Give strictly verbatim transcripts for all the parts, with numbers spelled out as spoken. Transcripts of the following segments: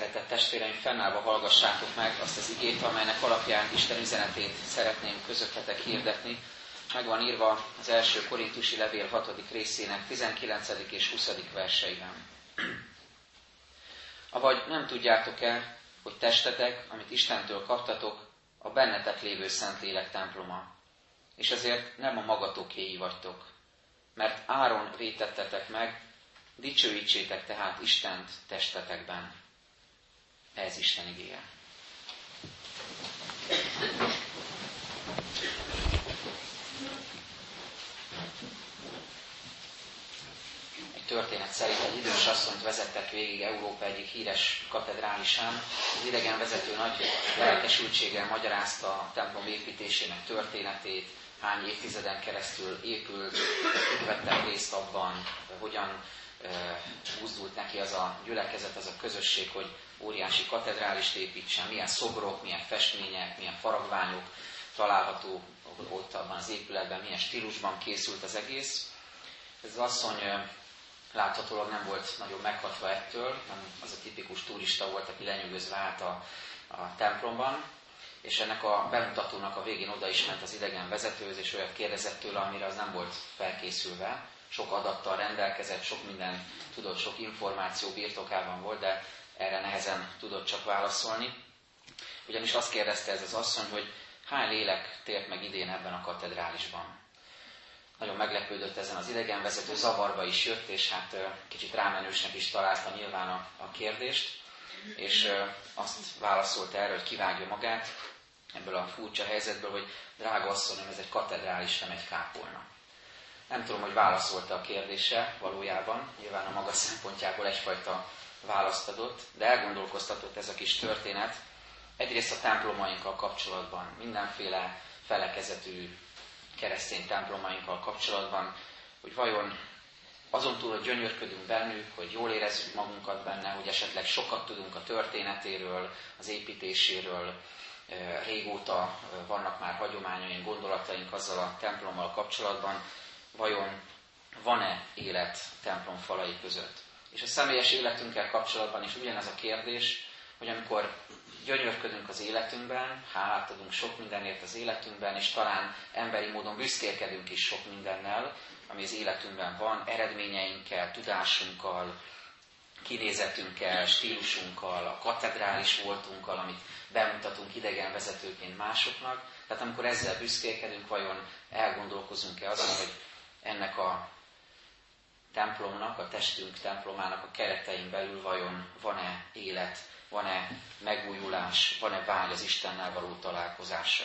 Szeretett testvéreim, fennállva hallgassátok meg azt az igét, amelynek alapján Isten üzenetét szeretném közöttetek hirdetni. Meg van írva az első korintusi levél hatodik részének tizenkilencedik és huszadik verseiben. Avagy nem tudjátok-e, hogy testetek, amit Istentől kaptatok, a bennetek lévő Szentlélek temploma, és ezért nem a magatokéi vagytok, mert áron vétettetek meg, dicsőítsétek tehát Istent testetekben. Ez Isten igéje. Egy történet szerint egy idős asszonyt vezettek végig Európa egyik híres katedrálisán. Az idegenvezető nagy lelkesültséggel magyarázta a templom építésének történetét, hány évtizeden keresztül épült, kik vettek részt abban, hogyan húzdult neki az a gyülekezet, az a közösség, hogy óriási katedrálist építsen, milyen szobrok, milyen festmények, milyen faragványok található ott abban az épületben, milyen stílusban készült az egész. Ez az asszony láthatólag nem volt nagyon meghatva ettől, nem az a tipikus turista volt, aki lenyűgözve állt a, a templomban, és ennek a bemutatónak a végén oda is ment az idegen vezetőhöz, és olyat kérdezett tőle, amire az nem volt felkészülve. Sok adattal rendelkezett, sok minden tudott, sok információ birtokában volt, de erre nehezen tudott csak válaszolni. Ugyanis azt kérdezte ez az asszony, hogy hány lélek tért meg idén ebben a katedrálisban. Nagyon meglepődött ezen az idegenvezető, zavarba is jött, és hát kicsit rámenősnek is találta nyilván a, a kérdést, és azt válaszolta erre, hogy kivágja magát ebből a furcsa helyzetből, hogy drága asszonyom, ez egy katedrális, nem egy kápolna. Nem tudom, hogy válaszolta a kérdésre valójában, nyilván a maga szempontjából egyfajta választ adott, de elgondolkoztatott ez a kis történet. Egyrészt a templomainkkal kapcsolatban, mindenféle felekezetű keresztény templomainkkal kapcsolatban, hogy vajon azon túl, hogy gyönyörködünk bennük, hogy jól érezzük magunkat benne, hogy esetleg sokat tudunk a történetéről, az építéséről, régóta vannak már hagyományaink, gondolataink azzal a templommal kapcsolatban, vajon van-e élet templom falai között? És a személyes életünkkel kapcsolatban is ugyanez a kérdés, hogy amikor gyönyörködünk az életünkben, hálát adunk sok mindenért az életünkben, és talán emberi módon büszkélkedünk is sok mindennel, ami az életünkben van, eredményeinkkel, tudásunkkal, kinézetünkkel, stílusunkkal, a katedrális voltunkkal, amit bemutatunk idegenvezetőként másoknak. Tehát amikor ezzel büszkélkedünk, vajon elgondolkozunk-e azon, hogy ennek a templomnak, a testünk templomának a keretein belül vajon van-e élet, van-e megújulás, van-e vágy az Istennel való találkozásra.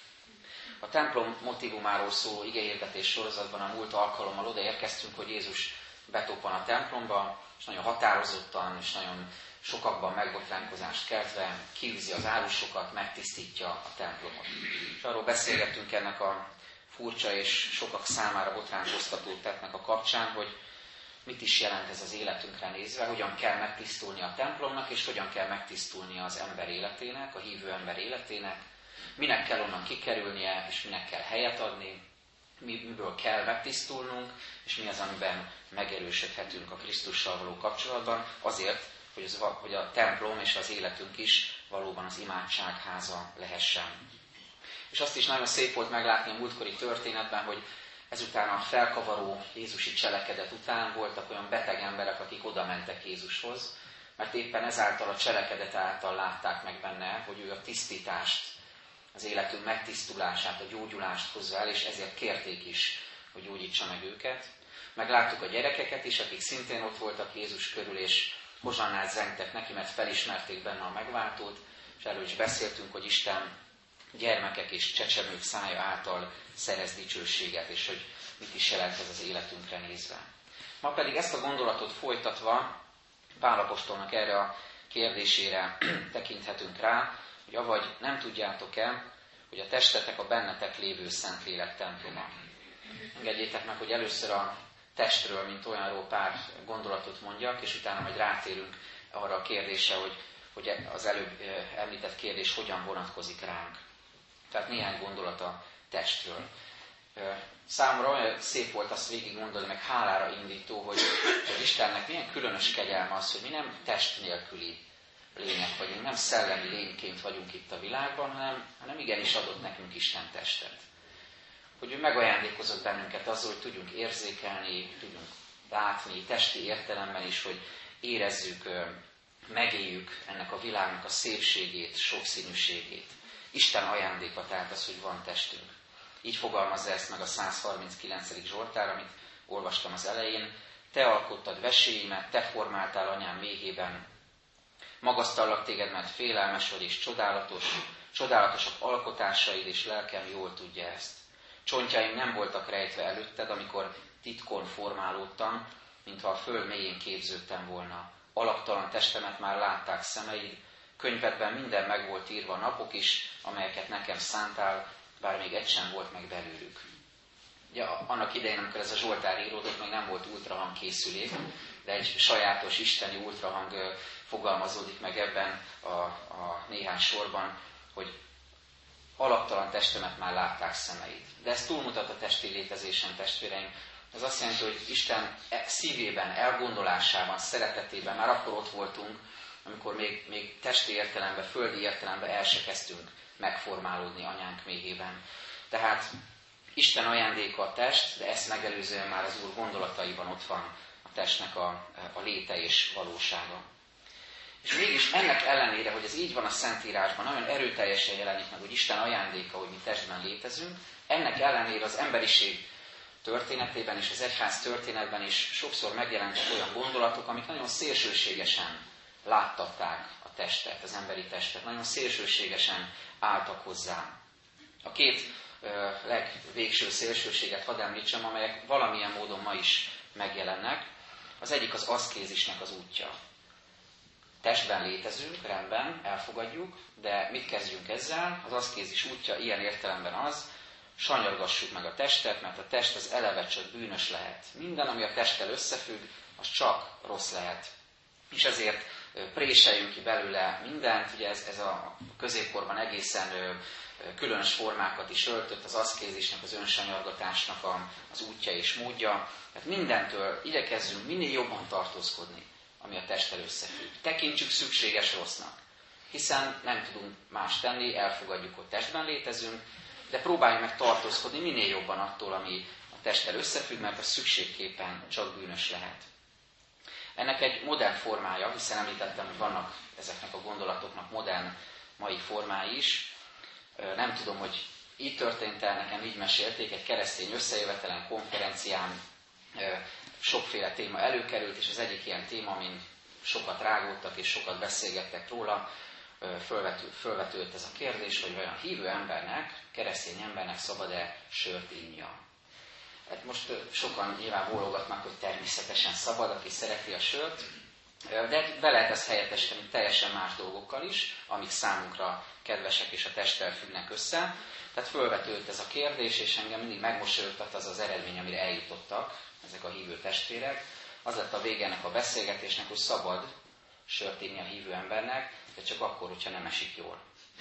A templom motivumáról szóló igehirdetés sorozatban a múlt alkalommal odaérkeztünk, hogy Jézus betoppan a templomba, és nagyon határozottan, és nagyon sokakban megbotránkozást keltve kiűzi az árusokat, megtisztítja a templomot. És arról beszélgettünk ennek a furcsa és sokak számára botránkoztató tettnek a kapcsán, hogy mit is jelent ez az életünkre nézve, hogyan kell megtisztulni a templomnak, és hogyan kell megtisztulni az ember életének, a hívő ember életének, minek kell onnan kikerülnie, és minek kell helyet adni, miből kell megtisztulnunk, és mi az, amiben megerősödhetünk a Krisztussal való kapcsolatban, azért, hogy, az, hogy a templom és az életünk is valóban az imádság háza lehessen. És azt is nagyon szép volt meglátni a múltkori történetben, hogy ezután a felkavaró jézusi cselekedet után voltak olyan beteg emberek, akik oda mentek Jézushoz, mert éppen ezáltal a cselekedet által látták meg benne, hogy ő a tisztítást, az életünk megtisztulását, a gyógyulást hozza el, és ezért kérték is, hogy gyógyítsa meg őket. Megláttuk a gyerekeket is, akik szintén ott voltak Jézus körül, és hozsannát zengtek neki, mert felismerték benne a megváltót, és erről is beszéltünk, hogy Isten gyermekek és csecsemők szája által szerez dicsőséget, és hogy mit is jelent ez az életünkre nézve. Ma pedig ezt a gondolatot folytatva Pál apostolnak erre a kérdésére tekinthetünk rá, hogy avagy nem tudjátok-e, hogy a testetek a bennetek lévő Szentlélek temploma. Engedjétek meg, hogy először a testről, mint olyanról pár gondolatot mondjak, és utána majd rátérünk arra a kérdésre, hogy, hogy az előbb említett kérdés hogyan vonatkozik ránk. Tehát néhány gondolat a testről. Számomra olyan szép volt azt végig gondolni, meg hálára indító, hogy, hogy Istennek milyen különös kegyelme az, hogy mi nem test nélküli lények vagyunk, nem szellemi lényként vagyunk itt a világban, hanem, hanem igenis adott nekünk Isten testet. Hogy ő megajándékozott bennünket azzal, hogy tudjunk érzékelni, tudjunk látni, testi értelemben is, hogy érezzük, megéljük ennek a világnak a szépségét, sokszínűségét. Isten ajándéka tehát az, hogy van testünk. Így fogalmazza ezt meg a száz harminckilencedik Zsoltár, amit olvastam az elején. Te alkottad veséimet, te formáltál anyám méhében. Magasztallak téged, mert félelmes vagy és csodálatos, csodálatosak alkotásaid, és lelkem jól tudja ezt. Csontjaim nem voltak rejtve előtted, amikor titkon formálódtam, mintha a föld mélyén képződtem volna. Alaktalan testemet már látták szemeid, könyvedben minden meg volt írva, napok is, amelyeket nekem szántál, bár még egy sem volt meg belőlük. Ugye, annak idején, amikor ez a Zsoltár íródott, még nem volt ultrahang készülék, de egy sajátos isteni ultrahang fogalmazódik meg ebben a, a néhány sorban, hogy alaptalan testemet már látták szemeid. De ez túlmutat a testi létezésen, testvéreim. Ez azt jelenti, hogy Isten szívében, elgondolásában, szeretetében már akkor ott voltunk, amikor még, még testi értelemben, földi értelemben el se kezdtünk megformálódni anyánk méhében. Tehát Isten ajándéka a test, de ezt megelőzően már az Úr gondolataiban ott van a testnek a, a léte és valósága. És mégis ennek ellenére, hogy ez így van a Szentírásban, nagyon erőteljesen jelenik meg, hogy Isten ajándéka, hogy mi testben létezünk, ennek ellenére az emberiség történetében és az egyház történetben is sokszor megjelentek olyan gondolatok, amik nagyon szélsőségesen láttatták a testet, az emberi testet, nagyon szélsőségesen álltak hozzá. A két ö, legvégső szélsőséget hadd említsem, amelyek valamilyen módon ma is megjelennek. Az egyik az aszkézisnek az útja. Testben létezünk, rendben, elfogadjuk, de mit kezdjünk ezzel? Az aszkézis útja ilyen értelemben az, sanyargassuk meg a testet, mert a test az eleve csak bűnös lehet. Minden, ami a testtel összefügg, az csak rossz lehet. És ezért préseljünk ki belőle mindent, ugye ez, ez a középkorban egészen különös formákat is öltött, az aszkézisnek, az önsanyargatásnak a, az útja és módja. Tehát mindentől igyekezzünk minél jobban tartózkodni, ami a testtel összefügg. Tekintsük szükséges rossznak, hiszen nem tudunk más tenni, elfogadjuk, hogy testben létezünk, de próbáljunk meg tartózkodni minél jobban attól, ami a testtel összefügg, mert az szükségképpen csak bűnös lehet. Ennek egy modern formája, hiszen említettem, hogy vannak ezeknek a gondolatoknak modern mai formái is. Nem tudom, hogy így történt el, nekem így mesélték, egy keresztény összejövetelen, konferencián sokféle téma előkerült, és az egyik ilyen téma, amin sokat rágódtak és sokat beszélgettek róla, fölvető, fölvetődött ez a kérdés, hogy vajon hívő embernek, keresztény embernek szabad-e sört innia. Hát most sokan nyilván bólogatnak, hogy természetesen szabad, aki szereti a sört, de be lehet ezt helyettesíteni teljesen más dolgokkal is, amik számunkra kedvesek és a testtel függnek össze. Tehát fölvetődött ez a kérdés, és engem mindig megmosolyogtat az az eredmény, amire eljutottak ezek a hívő testvérek. Az lett a vége ennek a beszélgetésnek, hogy szabad sört inni a hívő embernek, de csak akkor, hogyha nem esik jól.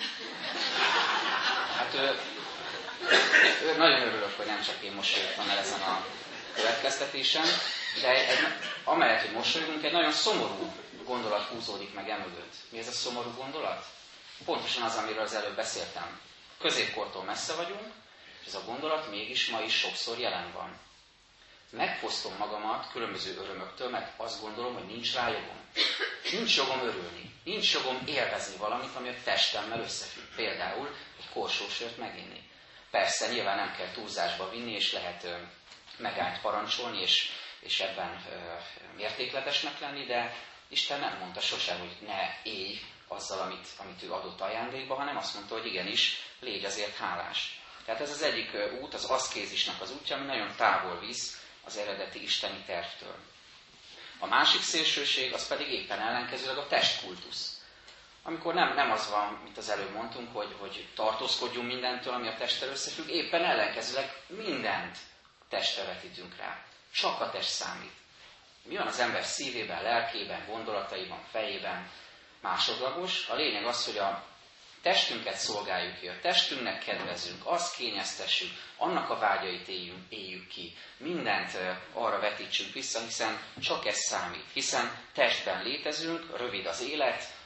Hát ő, ő, nagyon örülök, hogy nem csak én mosolyogtam el ezen a következtetésen, de egy, amellett, hogy mosolygunk, egy nagyon szomorú gondolat húzódik meg emögött. Mi ez a szomorú gondolat? Pontosan az, amiről az előbb beszéltem. Középkortól messze vagyunk, és ez a gondolat mégis ma is sokszor jelen van. Megfosztom magamat különböző örömöktől, mert azt gondolom, hogy nincs rá jogom. Nincs jogom örülni. Nincs jogom élvezni valamit, ami a testemmel összefügg. Például egy korsósört meginni. Persze, nyilván nem kell túlzásba vinni, és lehet ö, megállt parancsolni, és, és ebben ö, mértékletesnek lenni, de Isten nem mondta sosem, hogy ne élj azzal, amit, amit ő adott ajándékba, hanem azt mondta, hogy igenis, légy azért hálás. Tehát ez az egyik út, az aszkézisnak az útja, ami nagyon távol visz az eredeti isteni tervtől. A másik szélsőség, az pedig éppen ellenkezőleg a testkultusz. Amikor nem, nem az van, mint az előbb mondtunk, hogy, hogy tartózkodjunk mindentől, ami a testtel összefügg, éppen ellenkezőleg mindent testre vetítünk rá. Csak a test számít. Mi van az ember szívében, lelkében, gondolataiban, fejében? Másodlagos. A lényeg az, hogy a testünket szolgáljuk ki, a testünknek kedvezünk, azt kényeztessük, annak a vágyait éljünk, éljük ki. Mindent arra vetítsünk vissza, hiszen csak ez számít. Hiszen testben létezünk, rövid az élet,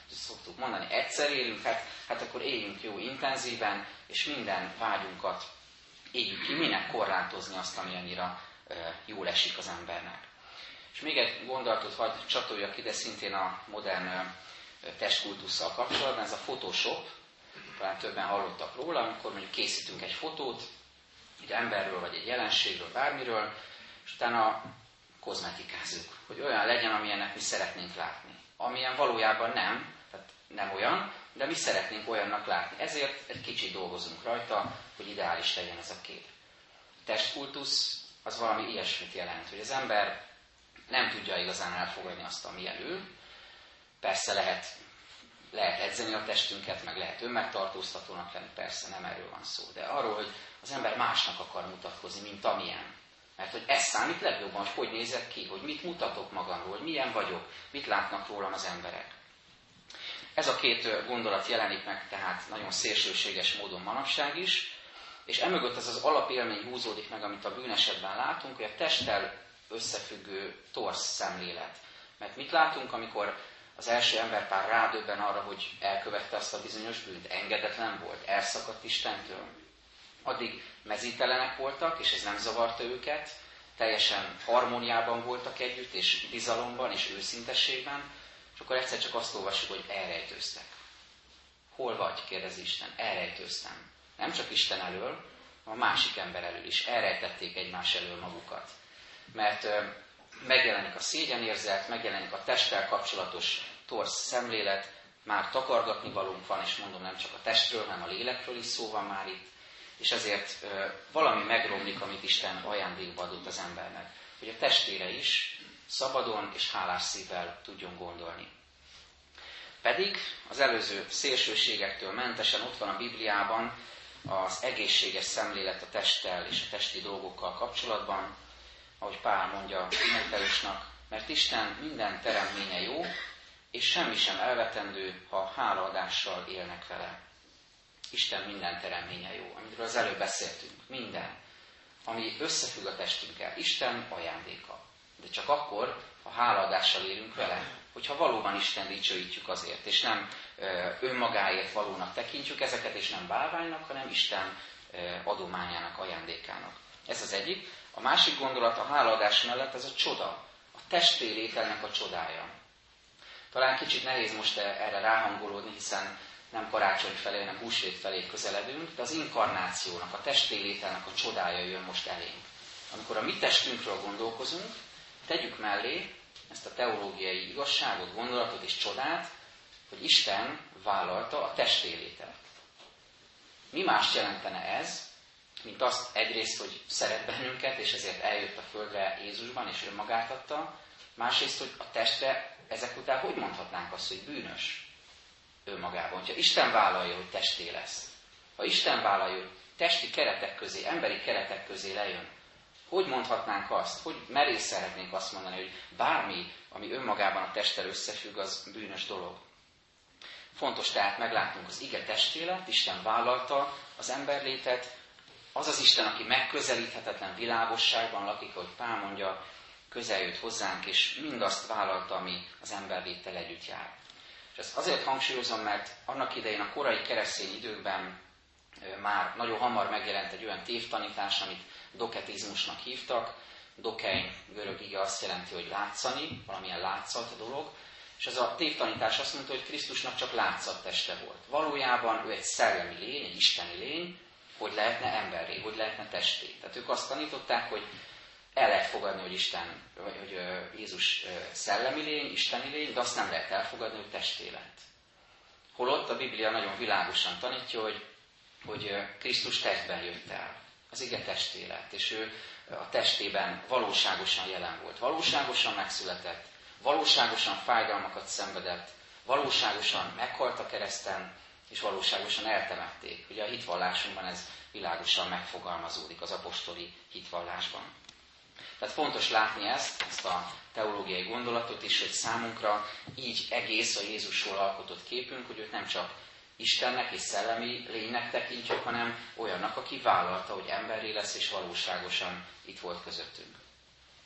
szoktuk mondani, egyszer élünk, hát, hát akkor éljünk jó intenzíven, és minden vágyunkat éljük ki, minek korlátozni azt, ami annyira jól esik az embernek. És még egy gondolatot hadd csatoljak ide szintén a modern testkultusszal kapcsolatban, ez a Photoshop, talán többen hallottak róla, amikor mondjuk készítünk egy fotót, egy emberről, vagy egy jelenségről, bármiről, és utána kozmetikázzuk, hogy olyan legyen, amilyennek mi szeretnénk látni. Amilyen valójában nem, tehát nem olyan, de mi szeretnénk olyannak látni. Ezért egy kicsit dolgozunk rajta, hogy ideális legyen ez a kép. A testkultusz az valami ilyesmit jelent, hogy az ember nem tudja igazán elfogadni azt, ami elő. Persze lehet, lehet edzeni a testünket, meg lehet önmegtartóztatónak lenni, persze nem erről van szó, de arról, hogy az ember másnak akar mutatkozni, mint amilyen. Mert hogy ez számít legjobban, hogy hogy nézek ki, hogy mit mutatok magamról, hogy milyen vagyok, mit látnak rólam az emberek. Ez a két gondolat jelenik meg tehát nagyon szélsőséges módon manapság is, és emögött az az alapélmény húzódik meg, amit a bűnesetben látunk, hogy a testtel összefüggő torz szemlélet. Mert mit látunk, amikor az első emberpár rádöbben arra, hogy elkövette azt a bizonyos bűnt, engedetlen volt, elszakadt Istentől. Addig mezítelenek voltak, és ez nem zavarta őket, teljesen harmóniában voltak együtt, és bizalomban, és őszintességben, és akkor egyszer csak azt olvassuk, hogy elrejtőztek. Hol vagy? Kérdezi Isten. Elrejtőztem. Nem csak Isten elől, a másik ember elől is. Elrejtették egymás elől magukat. Mert ö, megjelenik a szégyenérzet, megjelenik a testtel kapcsolatos torz szemlélet, már takargatni valónk van, és mondom, nem csak a testről, hanem a lélekről is szó van már itt, és ezért ö, valami megromlik, amit Isten ajándékba adott az embernek, hogy a testére is szabadon és hálás szívvel tudjon gondolni. Pedig az előző szélsőségektől mentesen ott van a Bibliában az egészséges szemlélet a testtel és a testi dolgokkal kapcsolatban, ahogy Pál mondja Timoteusnak, mert Isten minden teremtménye jó, és semmi sem elvetendő, ha hálaadással élnek vele. Isten minden teremtménye jó, amiről az előbb beszéltünk. Minden, ami összefügg a testünkkel. Isten ajándéka. De csak akkor, ha hálaadással élünk vele, hogyha valóban Isten dicsőítjük azért, és nem ö, önmagáért valónak tekintjük ezeket, és nem bálványnak, hanem Isten ö, adományának, ajándékának. Ez az egyik. A másik gondolat a hálaadás mellett ez a csoda, a testvérételnek a csodája. Talán kicsit nehéz most erre ráhangolódni, hiszen nem karácsony felé, hanem húsvét felé közeledünk, de az inkarnációnak, a testvérételnek a csodája jön most elénk. Amikor a mi testünkről gondolkozunk, tegyük mellé ezt a teológiai igazságot, gondolatot és csodát, hogy Isten vállalta a testvérételt. Mi mást jelentene ez, mint azt egyrészt, hogy szeret bennünket, és ezért eljött a földre Jézusban, és önmagát adta, másrészt, hogy a testre ezek után hogy mondhatnánk azt, hogy bűnös önmagában. Ha Isten vállalja, hogy testé lesz, ha Isten vállalja, hogy testi keretek közé, emberi keretek közé lejön, hogy mondhatnánk azt, hogy merész szeretnénk azt mondani, hogy bármi, ami önmagában a testtel összefügg, az bűnös dolog. Fontos tehát meglátnunk az ige testélet, Isten vállalta az emberlétet, az az Isten, aki megközelíthetetlen világosságban lakik, ahogy Pál mondja, közel jött hozzánk, és mindazt vállalta, ami az emberléttel együtt jár. És ezt azért hangsúlyozom, mert annak idején a korai keresztény időkben már nagyon hamar megjelent egy olyan tévtanítás, amit doketizmusnak hívtak. Dokein görög ige azt jelenti, hogy látszani, valamilyen látszat dolog. És ez a tévtanítás azt mondta, hogy Krisztusnak csak látszatteste volt. Valójában ő egy szellemi lény, egy isteni lény, hogy lehetne emberré, hogy lehetne testé. Tehát ők azt tanították, hogy el lehet fogadni, hogy Isten, hogy Jézus szellemi lény, isteni lény, de azt nem lehet elfogadni, hogy testé lett. Holott a Biblia nagyon világosan tanítja, hogy, hogy Krisztus testben jött el. Az ige testé lett, és ő a testében valóságosan jelen volt. Valóságosan megszületett, valóságosan fájdalmakat szenvedett, valóságosan meghalt a kereszten, és valóságosan eltemették. Ugye a hitvallásunkban ez világosan megfogalmazódik az apostoli hitvallásban. Tehát fontos látni ezt, ezt a teológiai gondolatot is, hogy számunkra így egész a Jézusról alkotott képünk, hogy őt nem csak Istennek és szellemi lénynek tekintjük, hanem olyannak, aki vállalta, hogy emberré lesz, és valóságosan itt volt közöttünk.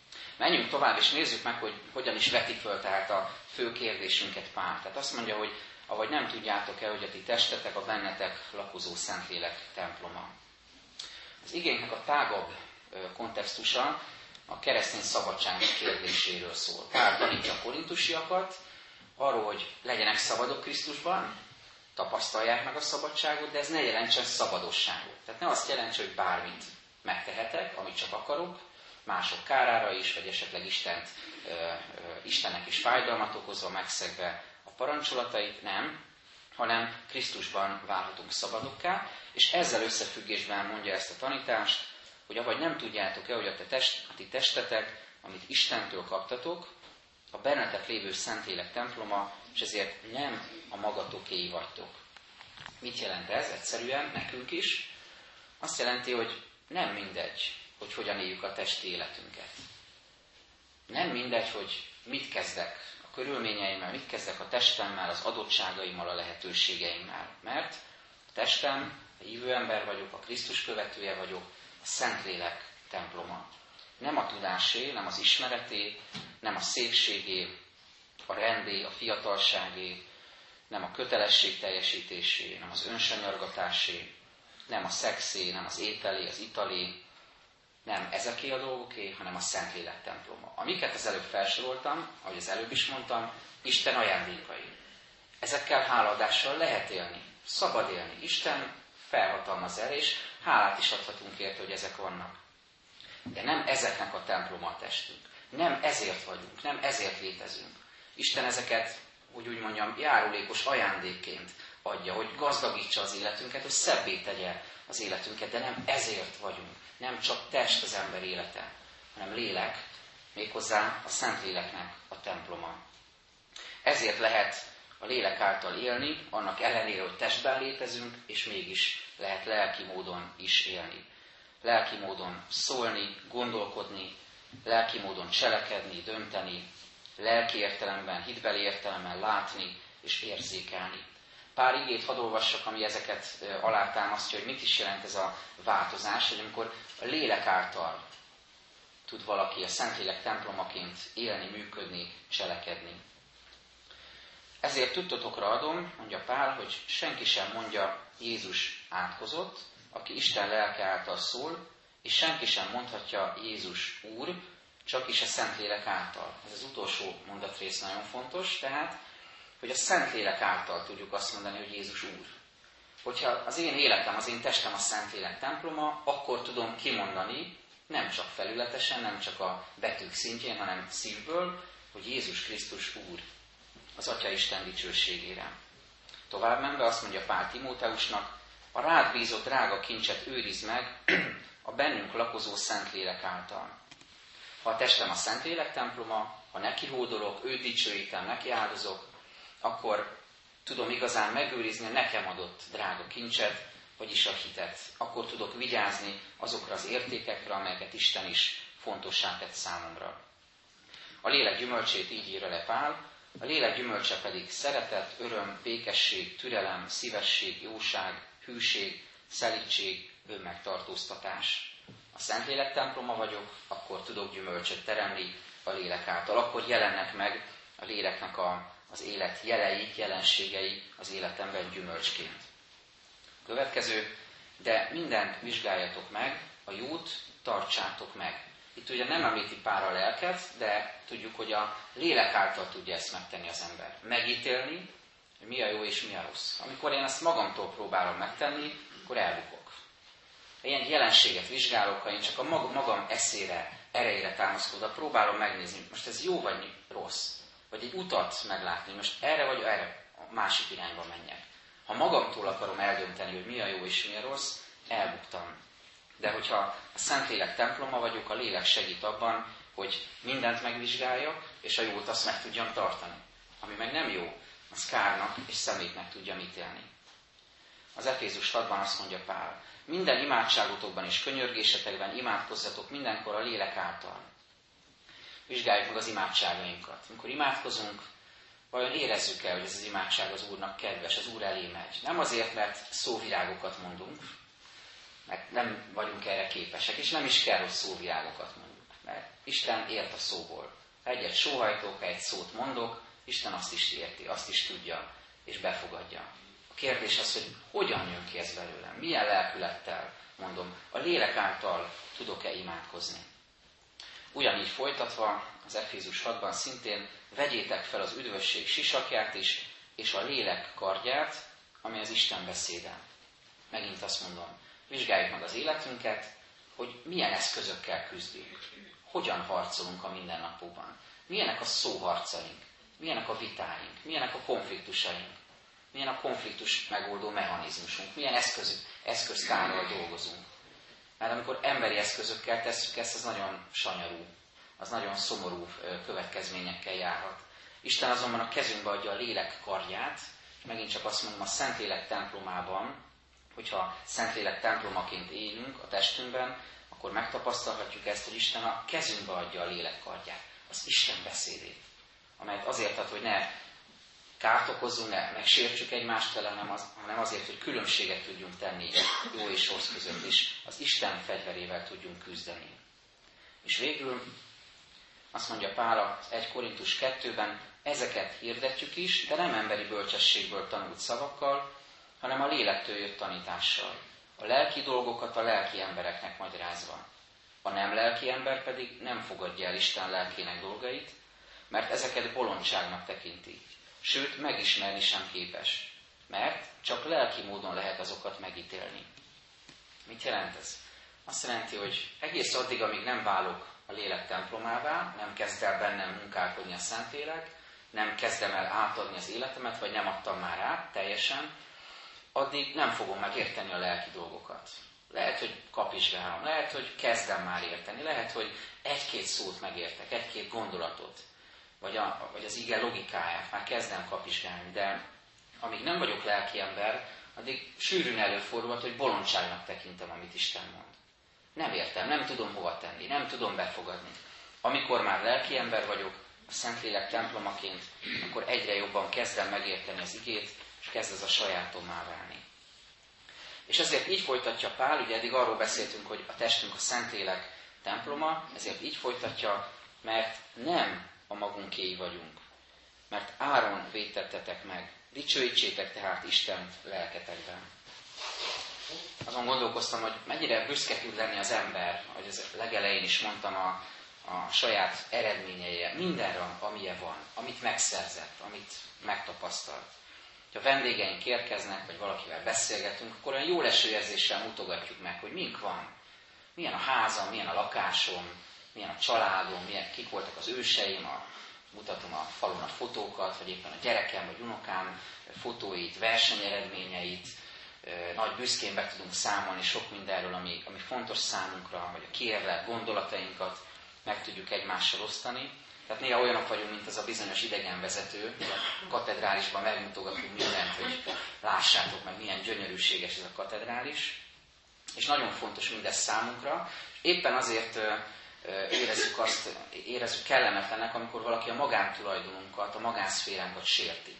Menjünk tovább, és nézzük meg, hogy hogyan is veti föl tehát a fő kérdésünket Pál. Tehát azt mondja, hogy avagy nem tudjátok-e, hogy a ti testetek a bennetek lakozó Szentlélek temploma. Az igénknek a tágabb kontextusa a keresztény szabadság kérdéséről szól. Pál tanítja a korintusiakat arról, hogy legyenek szabadok Krisztusban, tapasztalják meg a szabadságot, de ez ne jelentsen szabadosságot. Tehát ne azt jelentse, hogy bármit megtehetek, amit csak akarok, mások kárára is, vagy esetleg Istent, ö, ö, Istennek is fájdalmat okozva, megszegve a parancsolatait, nem, hanem Krisztusban válhatunk szabadokká, és ezzel összefüggésben mondja ezt a tanítást, hogy avagy nem tudjátok-e, hogy a, te test, a ti testetek, amit Istentől kaptatok, a bennetek lévő Szentlélek temploma, és ezért nem a magatokéi vagytok. Mit jelent ez? Egyszerűen nekünk is. Azt jelenti, hogy nem mindegy, hogy hogyan éljük a testi életünket. Nem mindegy, hogy mit kezdek a körülményeimmel, mit kezdek a testemmel, az adottságaimmal, a lehetőségeimmel. Mert a testem, a hívő ember vagyok, a Krisztus követője vagyok, a Szentlélek temploma. Nem a tudásé, nem az ismereté, nem a szépségé, a rendé, a fiatalságé, nem a kötelesség teljesítésé, nem az önsanyargatásé, nem a szexé, nem az ételé, az italé, nem ezeké a dolgoké, hanem a Szentlélek temploma. Amiket az előbb felsoroltam, ahogy az előbb is mondtam, Isten ajándékai. Ezekkel hálaadással lehet élni, szabad élni. Isten felhatalmaz erre, és hálát is adhatunk érte, hogy ezek vannak. De nem ezeknek a temploma a testünk. Nem ezért vagyunk, nem ezért létezünk. Isten ezeket, hogy úgy mondjam, járulékos ajándékként adja, hogy gazdagítsa az életünket, hogy szebbé tegye az életünket, de nem ezért vagyunk. Nem csak test az ember élete, hanem lélek, méghozzá a Szentléleknek a temploma. Ezért lehet a lélek által élni, annak ellenére, hogy testben létezünk, és mégis lehet lelki módon is élni. Lelki módon szólni, gondolkodni, lelki módon cselekedni, dönteni, lelki értelemben, hitbeli értelemben látni és érzékelni. Pár igét hadd olvassak, ami ezeket alátámasztja, hogy mit is jelent ez a változás, hogy amikor a lélek által tud valaki a Szentlélek templomaként élni, működni, cselekedni. Ezért tudtotokra adom, mondja Pál, hogy senki sem mondja Jézus átkozott, aki Isten lelke által szól, és senki sem mondhatja Jézus Úr, csak is a Szentlélek által. Ez az utolsó mondatrész nagyon fontos, tehát, hogy a Szentlélek által tudjuk azt mondani, hogy Jézus Úr. Hogyha az én életem, az én testem a Szentlélek temploma, akkor tudom kimondani, nem csak felületesen, nem csak a betűk szintjén, hanem szívből, hogy Jézus Krisztus Úr, az Atya Isten dicsőségére. Tovább menve azt mondja Pál Timóteusnak, a rád bízott drága kincset őrizd meg a bennünk lakozó Szentlélek által. Ha a testem a Szentlélek temploma, ha neki hódolok, őt dicsőítem, neki áldozok, akkor tudom igazán megőrizni a nekem adott drága kincset, vagyis a hitet. Akkor tudok vigyázni azokra az értékekre, amelyeket Isten is fontossá tett számomra. A lélek gyümölcsét így írja le Pál, a lélek gyümölcse pedig szeretet, öröm, békesség, türelem, szívesség, jóság, hűség, szelídség, önmegtartóztatás. A Szentlélek temploma vagyok, akkor tudok gyümölcsöt teremni a lélek által. Akkor jelennek meg a léleknek a, az élet jelei, jelenségei az életemben gyümölcsként. Következő, de mindent vizsgáljatok meg, a jót tartsátok meg. Itt ugye nem említi Pál a lelket, de tudjuk, hogy a lélek által tudja ezt megtenni az ember. Megítélni, hogy mi a jó és mi a rossz. Amikor én ezt magamtól próbálom megtenni, akkor elbukok. Ilyen jelenséget vizsgálok, ha én csak a magam eszére, erejére támaszkodva próbálom megnézni, most ez jó vagy rossz. Vagy egy utat meglátni, most erre vagy erre, a másik irányba menjek. Ha magamtól akarom eldönteni, hogy mi a jó és mi a rossz, elbuktam. De hogyha a Szentlélek temploma vagyok, a lélek segít abban, hogy mindent megvizsgáljak, és a jót azt meg tudjam tartani. Ami meg nem jó, az kárnak és szemétnek tudjam ítélni. Az Efézus hatban azt mondja Pál, minden imádságotokban és könyörgésetekben imádkozzatok mindenkor a lélek által. Vizsgáljuk meg az imádságainkat. Amikor imádkozunk, vajon érezzük el, hogy ez az imádság az Úrnak kedves, az Úr elé megy. Nem azért, mert szóvirágokat mondunk, mert nem vagyunk erre képesek, és nem is kell, hogy szóvirágokat mondjuk, mert Isten ért a szóból. Ha egyet sóhajtok, ha egy szót mondok, Isten azt is érti, azt is tudja, és befogadja. A kérdés az, hogy hogyan jön ki ez belőlem, milyen lelkülettel, mondom, a lélek által tudok-e imádkozni. Ugyanígy folytatva, az Efézus hatban szintén vegyétek fel az üdvösség sisakját is, és a lélek kardját, ami az Isten beszéde. Megint azt mondom, vizsgáljuk meg az életünket, hogy milyen eszközökkel küzdünk, hogyan harcolunk a mindennapokban, milyenek a szóharcaink, milyenek a vitáink, milyenek a konfliktusaink, milyen a konfliktus megoldó mechanizmusunk, milyen eszköz, eszköztárral dolgozunk. Mert amikor emberi eszközökkel tesszük ezt, az nagyon sanyarú, az nagyon szomorú következményekkel járhat. Isten azonban a kezünkbe adja a lélek kardját, és megint csak azt mondom, a Szentlélek templomában, hogyha Szentlélek templomaként élünk a testünkben, akkor megtapasztalhatjuk ezt, hogy Isten a kezünkbe adja a lélek kardját, az Isten beszédét, amelyet azért ad, hogy ne kárt okozzunk, ne megsértsük egymást vele, hanem, az, hanem azért, hogy különbséget tudjunk tenni jó és rossz között is, az Isten fegyverével tudjunk küzdeni. És végül azt mondja Pál az egy Korintus kettőben, ezeket hirdetjük is, de nem emberi bölcsességből tanult szavakkal, hanem a lélektől jött tanítással. A lelki dolgokat a lelki embereknek magyarázva. A nem lelki ember pedig nem fogadja el Isten lelkének dolgait, mert ezeket bolondságnak tekinti. Sőt, megismerni sem képes. Mert csak lelki módon lehet azokat megítélni. Mit jelent ez? Azt jelenti, hogy egész addig, amíg nem válok a lélek templomává, nem kezd el bennem munkálkodni a Szentlélek, nem kezdem el átadni az életemet, vagy nem adtam már át teljesen, addig nem fogom megérteni a lelki dolgokat. Lehet, hogy kapizsgálom, lehet, hogy kezdem már érteni, lehet, hogy egy-két szót megértek, egy-két gondolatot, vagy, a, vagy az ige logikáját már kezdem kapizsgálni, de amíg nem vagyok lelki ember, addig sűrűn előfordulhat, hogy bolondságnak tekintem, amit Isten mond. Nem értem, nem tudom hova tenni, nem tudom befogadni. Amikor már lelki ember vagyok, a Szentlélek templomaként, akkor egyre jobban kezdem megérteni az igét, és kezd ez a sajátommá válni. És ezért így folytatja Pál, ugye eddig arról beszéltünk, hogy a testünk a Szentlélek temploma, ezért így folytatja, mert nem a magunkéi vagyunk, mert áron vétettetek meg, dicsőítsétek tehát Istent lelketekben. Azon gondolkoztam, hogy mennyire büszke tud lenni az ember, ahogy az legelején is mondtam, a, a saját eredményeire, mindenre, amilyen van, amit megszerzett, amit megtapasztalt. Ha vendégeink érkeznek, vagy valakivel beszélgetünk, akkor olyan jó leső érzéssel mutogatjuk meg, hogy mink van. Milyen a házam, milyen a lakásom, milyen a családom, milyen, kik voltak az őseim, a, mutatom a falon a fotókat, vagy éppen a gyerekem, vagy unokám fotóit, versenyeredményeit, nagy büszkén be tudunk számolni sok mindenről, ami, ami fontos számunkra, vagy a kiérlelt gondolatainkat meg tudjuk egymással osztani. Tehát néha olyanok vagyunk, mint az a bizonyos idegenvezető, a katedrálisban megmutogatunk mindent, hogy lássátok meg, milyen gyönyörűséges ez a katedrális. És nagyon fontos mindez számunkra. Éppen azért érezzük azt, érezzük kellemetlennek, amikor valaki a magántulajdonunkat, a magánszféránkat sérti.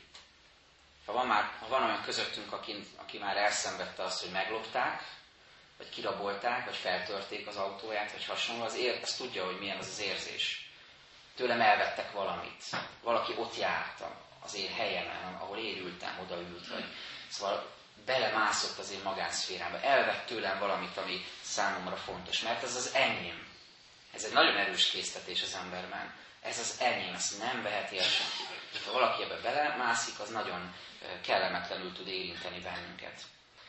Ha van, már, ha van olyan közöttünk, aki, aki már elszenvedte azt, hogy meglopták, vagy kirabolták, vagy feltörték az autóját, vagy hasonló, az, ér, az tudja, hogy milyen az az érzés. Tőlem elvettek valamit. Valaki ott járt az én helyemen, ahol én ültem, odaült, vagy szóval belemászott az én magánszférámba. Elvett tőlem valamit, ami számomra fontos, mert ez az enyém. Ez egy nagyon erős késztetés az emberben. Ez az enyém, ezt nem veheti el senki. Ha valaki ebbe belemászik, az nagyon kellemetlenül tud érinteni bennünket.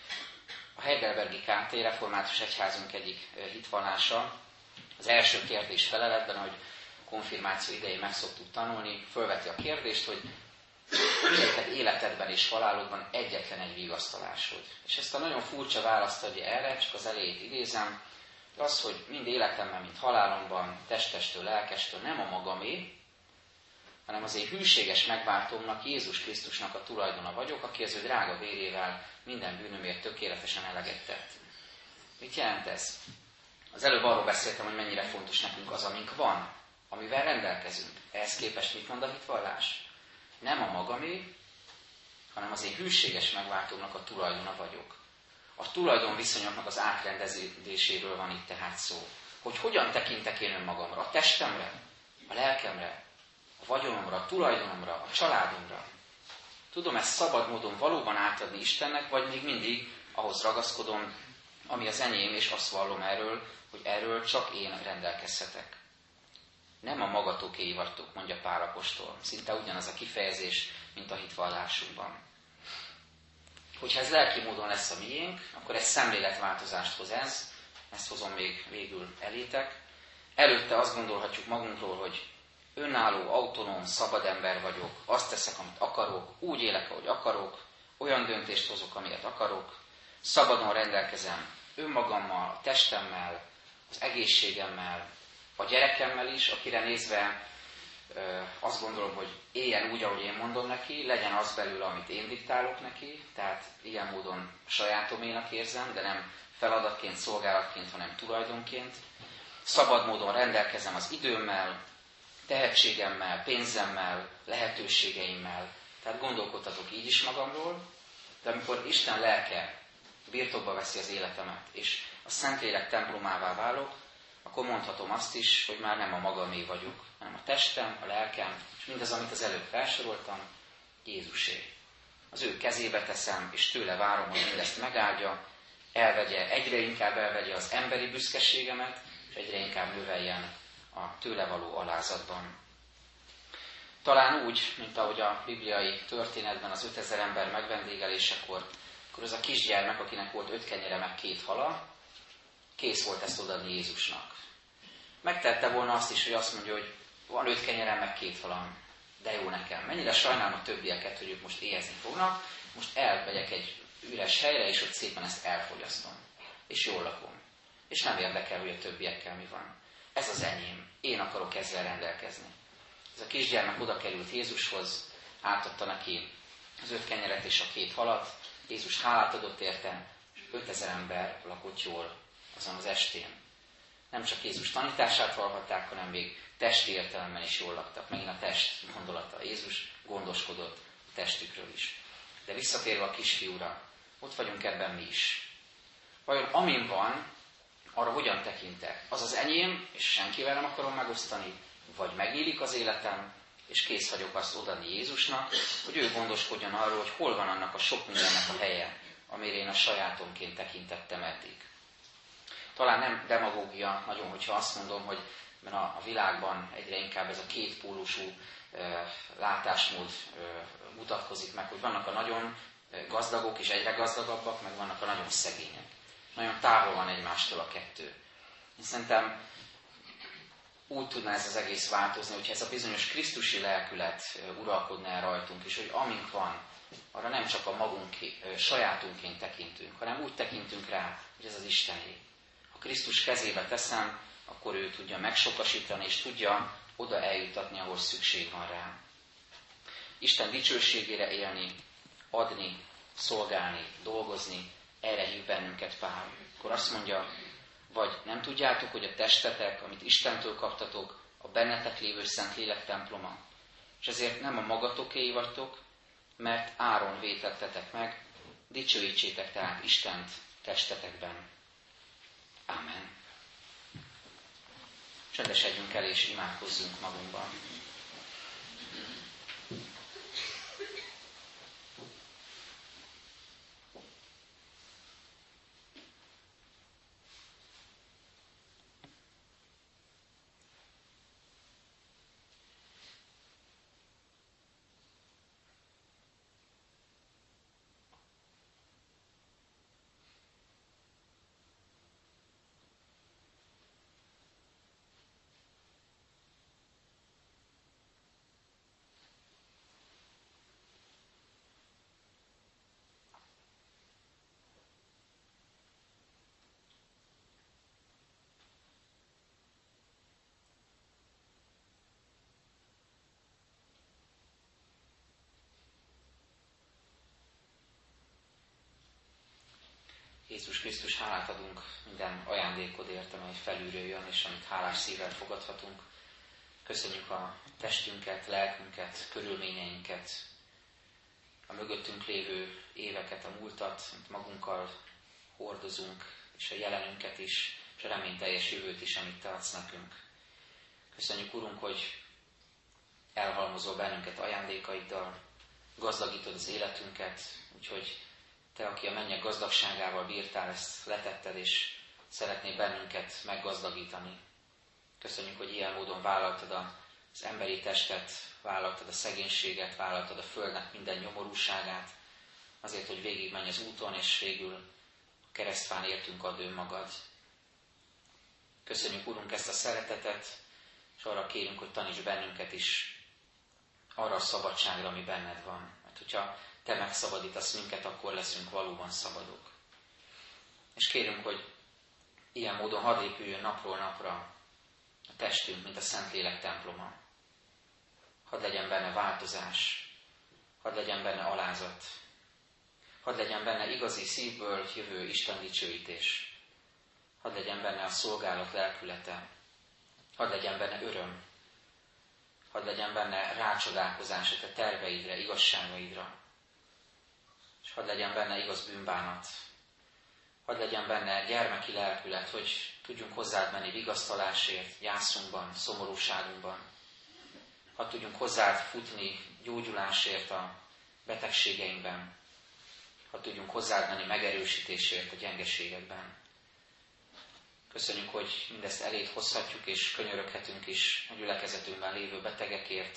A Heidelbergi ká té református egyházunk egyik hitvallása az első kérdés feleletben, ahogy konfirmáció idején meg szoktuk tanulni, fölveti a kérdést, hogy neked életedben és halálodban egyetlen egy vigasztalásod. És ezt a nagyon furcsa választ adja erre, csak az elejét idézem, az, hogy mind életemben, mind halálomban, testestől, lelkestől nem a magamé, hanem az én hűséges megváltómnak, Jézus Krisztusnak a tulajdona vagyok, aki az ő drága vérével minden bűnömért tökéletesen eleget tett. Mit jelent ez? Az előbb arról beszéltem, hogy mennyire fontos nekünk az, amink van, amivel rendelkezünk. Ehhez képest mit mond a hitvallás? Nem a magamé, hanem az én hűséges megváltómnak a tulajdona vagyok. A tulajdonviszonyoknak az átrendezéséről van itt tehát szó. Hogy hogyan tekintek én önmagamra, a testemre, a lelkemre, a vagyonomra, a tulajdonomra, a családomra. Tudom ezt szabad módon valóban átadni Istennek, vagy még mindig ahhoz ragaszkodom, ami az enyém, és azt vallom erről, hogy erről csak én rendelkezhetek. Nem a magatokéi vagytok, mondja Pál apostol. Szinte ugyanaz a kifejezés, mint a hitvallásunkban. Hogyha ez lelki módon lesz a miénk, akkor egy szemléletváltozást hoz ez, ezt hozom még végül elétek. Előtte azt gondolhatjuk magunkról, hogy önálló, autonóm, szabad ember vagyok, azt teszek, amit akarok, úgy élek, ahogy akarok, olyan döntést hozok, amilyet akarok, szabadon rendelkezem önmagammal, a testemmel, az egészségemmel, a gyerekemmel is, akire nézve azt gondolom, hogy éljen úgy, ahogy én mondom neki, legyen az belőle, amit én diktálok neki, tehát ilyen módon sajátoménak érzem, de nem feladatként, szolgálatként, hanem tulajdonként. Szabad módon rendelkezem az időmmel, tehetségemmel, pénzemmel, lehetőségeimmel, tehát gondolkodhatok így is magamról, de amikor Isten lelke birtokba veszi az életemet, és a Szentlélek templomává válok, akkor mondhatom azt is, hogy már nem a magamé vagyok, hanem a testem, a lelkem, és mindaz, amit az előbb felsoroltam, Jézusé. Az ő kezébe teszem, és tőle várom, hogy mindezt megáldja, elvegye, egyre inkább elvegye az emberi büszkeségemet, és egyre inkább növeljen a tőle való alázatban. Talán úgy, mint ahogy a bibliai történetben az ötezer ember megvendégelésekor, akkor az a kisgyermek, akinek volt öt kenyere meg két hala, kész volt ezt odaadni Jézusnak. Megtette volna azt is, hogy azt mondja, hogy van öt kenyerem meg két halam, de jó nekem. Mennyire sajnálom a többieket, hogy ők most éhezni fognak, most elmegyek egy üres helyre, és ott szépen ezt elfogyasztom. És jól lakom. És nem érdekel, hogy a többiekkel mi van. Ez az enyém. Én akarok ezzel rendelkezni. Ez a kisgyermek oda került Jézushoz, átadta neki az öt kenyeret és a két halat. Jézus hálát adott érte, és ötezer ember lakott jól azon az estén. Nem csak Jézus tanítását hallhatták, hanem még testi értelemben is jól laktak. Megint a test gondolata. Jézus gondoskodott a testükről is. De visszatérve a kisfiúra, ott vagyunk ebben mi is. Vajon amin van, arra hogyan tekintek? Az az enyém, és senkivel nem akarom megosztani, vagy megélik az életem, és kész vagyok azt odaadni Jézusnak, hogy ő gondoskodjon arról, hogy hol van annak a sok mindennek a helye, amire én a sajátomként tekintettem eddig. Talán nem demagógia nagyon, hogyha azt mondom, hogy mert a, a világban egyre inkább ez a kétpólusú e, látásmód e, mutatkozik meg, hogy vannak a nagyon gazdagok és egyre gazdagabbak, meg vannak a nagyon szegények. Nagyon távol van egymástól a kettő. Én szerintem úgy tudná ez az egész változni, hogyha ez a bizonyos krisztusi lelkület uralkodna el rajtunk, és hogy amink van, arra nem csak a magunk sajátunként tekintünk, hanem úgy tekintünk rá, hogy ez az Istené. Ha Krisztus kezébe teszem, akkor ő tudja megsokasítani, és tudja oda eljutatni, ahol szükség van rá. Isten dicsőségére élni, adni, szolgálni, dolgozni, erre hív bennünket Pál. Akkor azt mondja, vagy nem tudjátok, hogy a testetek, amit Istentől kaptatok, a bennetek lévő Szentlélek temploma. És ezért nem a magatokéi vagytok, mert áron vétettetek meg, dicsőítsétek tehát Istent testetekben. Ámen. Csendesedjünk el és imádkozzunk magunkban. Jézus Krisztus, hálát adunk minden ajándékodért, amely felülről jön, és amit hálás szívvel fogadhatunk. Köszönjük a testünket, lelkünket, körülményeinket, a mögöttünk lévő éveket, a múltat, amit magunkkal hordozunk, és a jelenünket is, és a reményteljes jövőt is, amit Te adsz nekünk. Köszönjük, Urunk, hogy elhalmozol bennünket ajándékaiddal, gazdagítod az életünket, úgyhogy Te, aki a mennyek gazdagságával bírtál, ezt letetted, és szeretnél bennünket meggazdagítani. Köszönjük, hogy ilyen módon vállaltad az emberi testet, vállaltad a szegénységet, vállaltad a földnek minden nyomorúságát, azért, hogy végigmenj az úton, és végül a keresztfán értünk ad önmagad. Köszönjük, Urunk, ezt a szeretetet, és arra kérünk, hogy taníts bennünket is arra a szabadságra, ami benned van. Mert hogyha Te megszabadítasz minket, akkor leszünk valóban szabadok. És kérünk, hogy ilyen módon hadd épüljön napról napra a testünk, mint a Szentlélek temploma. Hadd legyen benne változás, hadd legyen benne alázat, hadd legyen benne igazi szívből jövő Isten dicsőítés, hadd legyen benne a szolgálat lelkülete, hadd legyen benne öröm, hadd legyen benne rácsodálkozás a Te terveidre, igazságaidra, és hadd legyen benne igaz bűnbánat, hadd legyen benne gyermeki lelkület, hogy tudjunk hozzád menni vigasztalásért, gyászunkban, szomorúságunkban, hadd tudjunk hozzád futni gyógyulásért a betegségeinkben, hadd tudjunk hozzád menni megerősítésért a gyengeségekben. Köszönjük, hogy mindezt eléd hozhatjuk, és könyöröghetünk is a gyülekezetünkben lévő betegekért,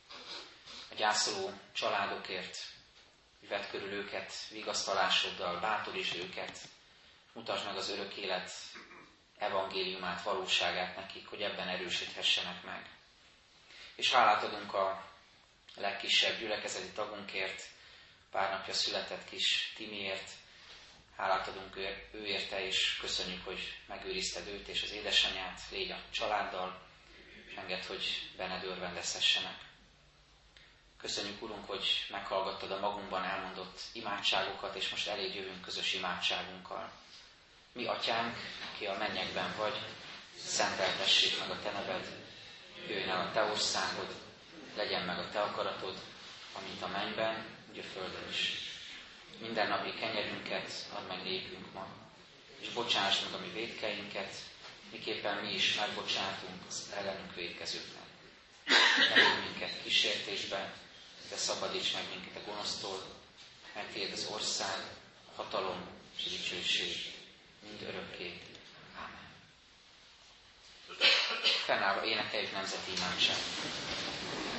a gyászoló családokért, hogy vedd körül őket vigasztalásoddal, bátorítsd őket, mutasd meg az örök élet evangéliumát, valóságát nekik, hogy ebben erősíthessenek meg. És hálát adunk a legkisebb gyülekezeti tagunkért, pár napja született kis Timiért, hálát adunk ő, ő érte, és köszönjük, hogy megőrizted őt és az édesanyját, légy a családdal, és engedd, hogy benned örvendezhessenek. Köszönjük, Urunk, hogy meghallgattad a magunkban elmondott imádságokat, és most eléd jövünk közös imádságunkkal. Mi, Atyánk, aki a mennyekben vagy, szenteltessék meg a Te neved, jöjjön el a Te országod, legyen meg a Te akaratod, amint a mennyben, úgy a földön is. Mindennapi kenyerünket add meg nékünk ma, és bocsáss meg a mi vétkeinket, miképpen mi is megbocsátunk az ellenünk vétkezőknek. Ne vigy minket kísértésbe, de szabadíts meg minket a gonosztól, mert Tiéd az ország, a hatalom és a dicsőség mind örökké. Ámen. Fennállva énekeljük nemzeti imádságot.